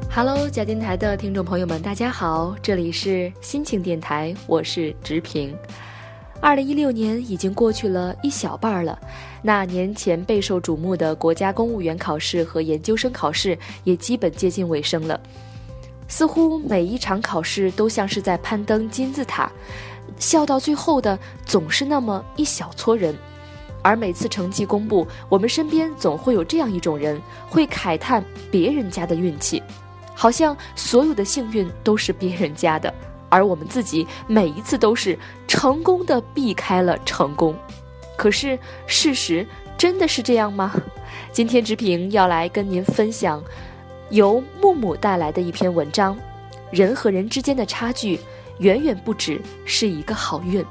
Hello， 假电台的听众朋友们，大家好，这里是心情电台，我是直平。2016年已经过去了一小半了，那年前备受瞩目的国家公务员考试和研究生考试也基本接近尾声了。似乎每一场考试都像是在攀登金字塔，笑到最后的总是那么一小撮人。而每次成绩公布，我们身边总会有这样一种人，会慨叹别人家的运气，好像所有的幸运都是别人家的，而我们自己每一次都是成功的避开了成功。可是事实真的是这样吗？今天直平要来跟您分享由木木带来的一篇文章，人和人之间的差距远远不只是一个好运。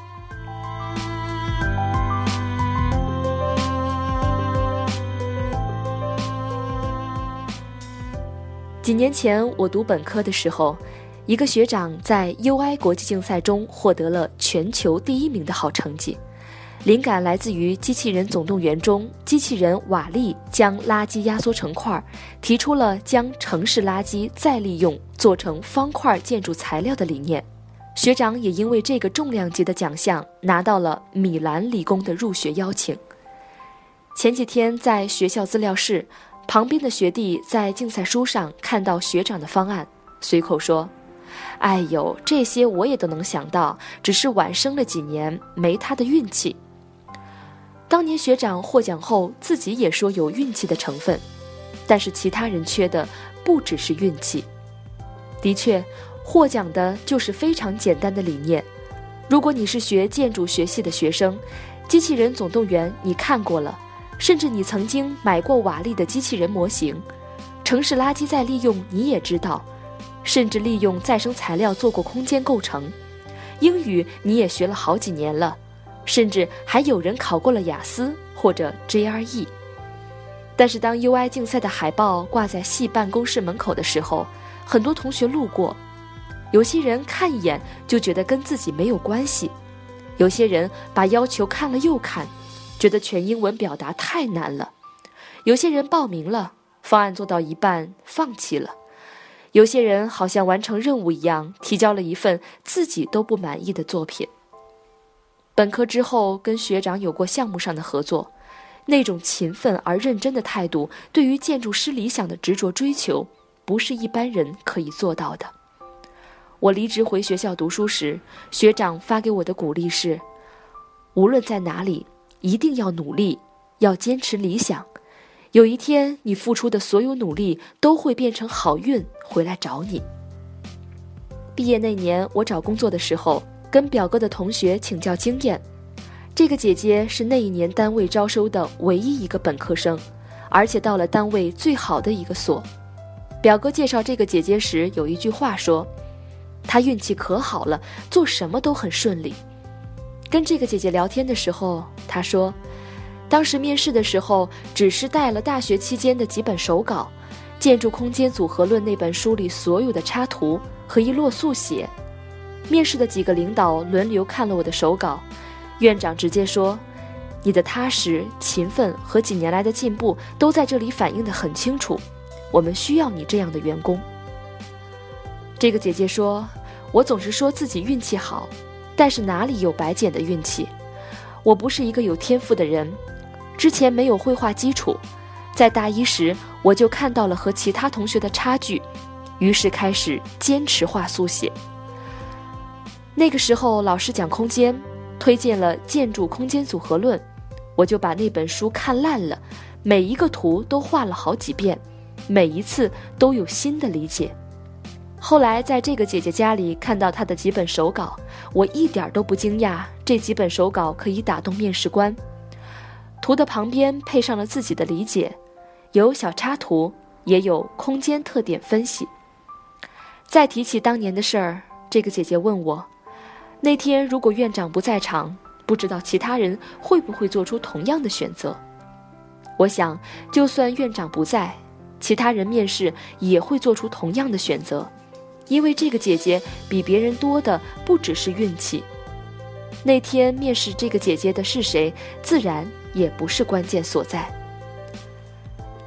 几年前我读本科的时候，一个学长在 UI 国际竞赛中获得了全球第1名的好成绩。灵感来自于《机器人总动员》中机器人瓦力将垃圾压缩成块，提出了将城市垃圾再利用做成方块建筑材料的理念。学长也因为这个重量级的奖项拿到了米兰理工的入学邀请。前几天在学校资料室，旁边的学弟在竞赛书上看到学长的方案，随口说：哎呦，这些我也都能想到，只是晚生了几年，没他的运气。当年学长获奖后，自己也说有运气的成分，但是其他人缺的不只是运气。的确，获奖的就是非常简单的理念。如果你是学建筑学系的学生，机器人总动员你看过了，甚至你曾经买过瓦力的机器人模型，城市垃圾再利用你也知道，甚至利用再生材料做过空间构成，英语你也学了好几年了，甚至还有人考过了雅思或者 GRE。 但是当 UI 竞赛的海报挂在系办公室门口的时候，很多同学路过，有些人看一眼就觉得跟自己没有关系，有些人把要求看了又看，觉得全英文表达太难了，有些人报名了，方案做到一半放弃了，有些人好像完成任务一样，提交了一份自己都不满意的作品。本科之后跟学长有过项目上的合作，那种勤奋而认真的态度，对于建筑师理想的执着追求，不是一般人可以做到的。我离职回学校读书时，学长发给我的鼓励是：无论在哪里，一定要努力，要坚持理想，有一天你付出的所有努力都会变成好运回来找你。毕业那年，我找工作的时候跟表哥的同学请教经验，这个姐姐是那一年单位招收的唯一一个本科生，而且到了单位最好的一个所。表哥介绍这个姐姐时有一句话说，她运气可好了，做什么都很顺利。跟这个姐姐聊天的时候，她说当时面试的时候只是带了大学期间的几本手稿，建筑空间组合论那本书里所有的插图和一摞速写。面试的几个领导轮流看了我的手稿，院长直接说，你的踏实勤奋和几年来的进步都在这里反映得很清楚，我们需要你这样的员工。这个姐姐说，我总是说自己运气好，但是哪里有白捡的运气？我不是一个有天赋的人，之前没有绘画基础，在大一时我就看到了和其他同学的差距，于是开始坚持画速写。那个时候老师讲空间，推荐了建筑空间组合论，我就把那本书看烂了，每一个图都画了好几遍，每一次都有新的理解。后来在这个姐姐家里看到她的几本手稿，我一点都不惊讶，这几本手稿可以打动面试官。图的旁边配上了自己的理解，有小插图，也有空间特点分析。再提起当年的事儿，这个姐姐问我，那天如果院长不在场，不知道其他人会不会做出同样的选择。我想就算院长不在，其他人面试也会做出同样的选择，因为这个姐姐比别人多的不只是运气。那天面试这个姐姐的是谁，自然也不是关键所在。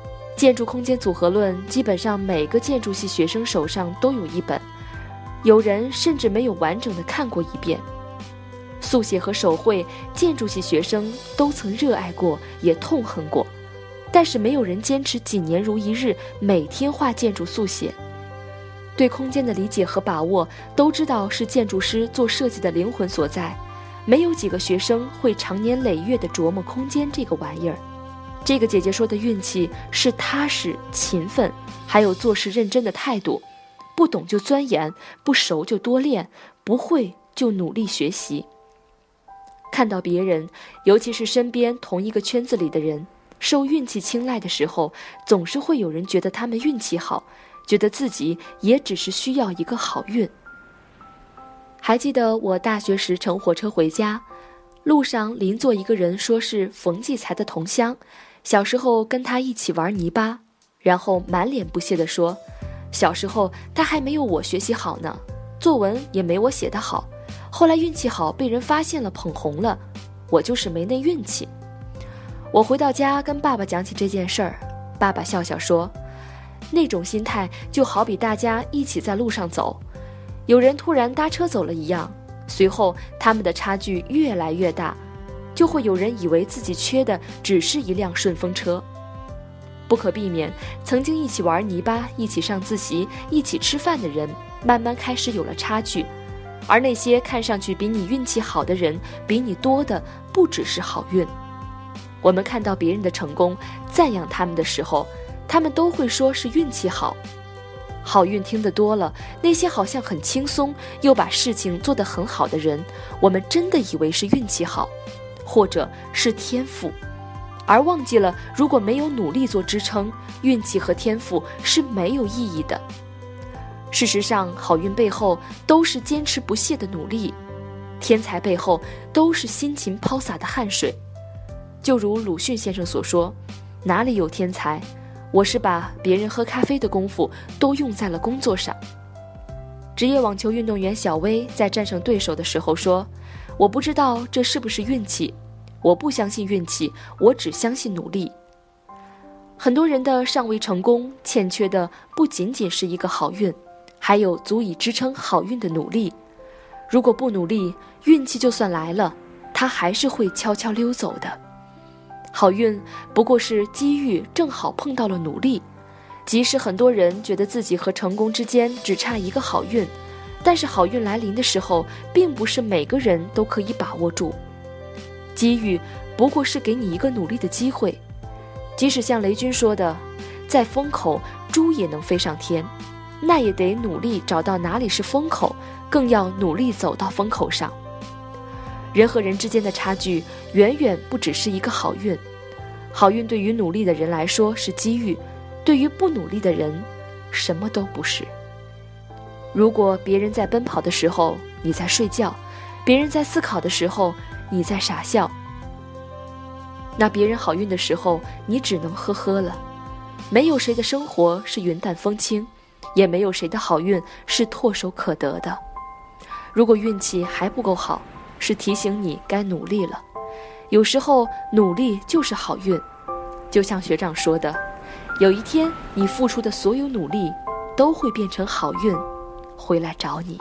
建筑空间组合论基本上每个建筑系学生手上都有一本，有人甚至没有完整的看过一遍。速写和手绘，建筑系学生都曾热爱过，也痛恨过，但是没有人坚持几年如一日，每天画建筑速写。对空间的理解和把握，都知道是建筑师做设计的灵魂所在，没有几个学生会长年累月地琢磨空间这个玩意儿。这个姐姐说的运气是踏实、勤奋，还有做事认真的态度，不懂就钻研，不熟就多练，不会就努力学习。看到别人，尤其是身边同一个圈子里的人受运气青睐的时候，总是会有人觉得他们运气好，觉得自己也只是需要一个好运。还记得我大学时乘火车回家，路上邻座一个人说是冯骥才的同乡，小时候跟他一起玩泥巴，然后满脸不屑地说，小时候他还没有我学习好呢，作文也没我写得好，后来运气好被人发现了捧红了，我就是没那运气。我回到家跟爸爸讲起这件事儿，爸爸笑笑说，那种心态就好比大家一起在路上走，有人突然搭车走了一样，随后他们的差距越来越大，就会有人以为自己缺的只是一辆顺风车。不可避免，曾经一起玩泥巴、一起上自习、一起吃饭的人，慢慢开始有了差距，而那些看上去比你运气好的人，比你多的不只是好运。我们看到别人的成功，赞扬他们的时候，他们都会说是运气好。好运听得多了，那些好像很轻松又把事情做得很好的人，我们真的以为是运气好，或者是天赋，而忘记了如果没有努力做支撑，运气和天赋是没有意义的。事实上，好运背后都是坚持不懈的努力，天才背后都是辛勤抛洒的汗水。就如鲁迅先生所说，哪里有天才，我是把别人喝咖啡的功夫都用在了工作上。职业网球运动员小威在战胜对手的时候说，我不知道这是不是运气，我不相信运气，我只相信努力。很多人的尚未成功，欠缺的不仅仅是一个好运，还有足以支撑好运的努力。如果不努力，运气就算来了，它还是会悄悄溜走的。好运不过是机遇正好碰到了努力，即使很多人觉得自己和成功之间只差一个好运，但是好运来临的时候，并不是每个人都可以把握住。机遇不过是给你一个努力的机会，即使像雷军说的，在风口猪也能飞上天，那也得努力找到哪里是风口，更要努力走到风口上。人和人之间的差距远远不只是一个好运，好运对于努力的人来说是机遇，对于不努力的人什么都不是。如果别人在奔跑的时候你在睡觉，别人在思考的时候你在傻笑，那别人好运的时候你只能呵呵了。没有谁的生活是云淡风轻，也没有谁的好运是唾手可得的。如果运气还不够好，是提醒你该努力了。有时候努力就是好运，就像学长说的，有一天你付出的所有努力都会变成好运回来找你。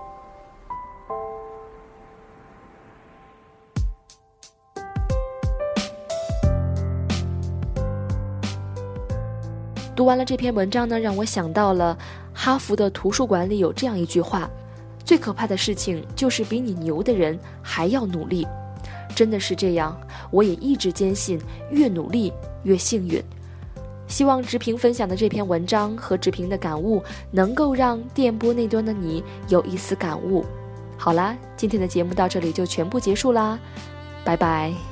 读完了这篇文章呢，让我想到了哈佛的图书馆里有这样一句话，最可怕的事情就是比你牛的人还要努力。真的是这样，我也一直坚信越努力越幸运。希望直平分享的这篇文章和直平的感悟能够让电波那端的你有一丝感悟。好啦，今天的节目到这里就全部结束啦，拜拜。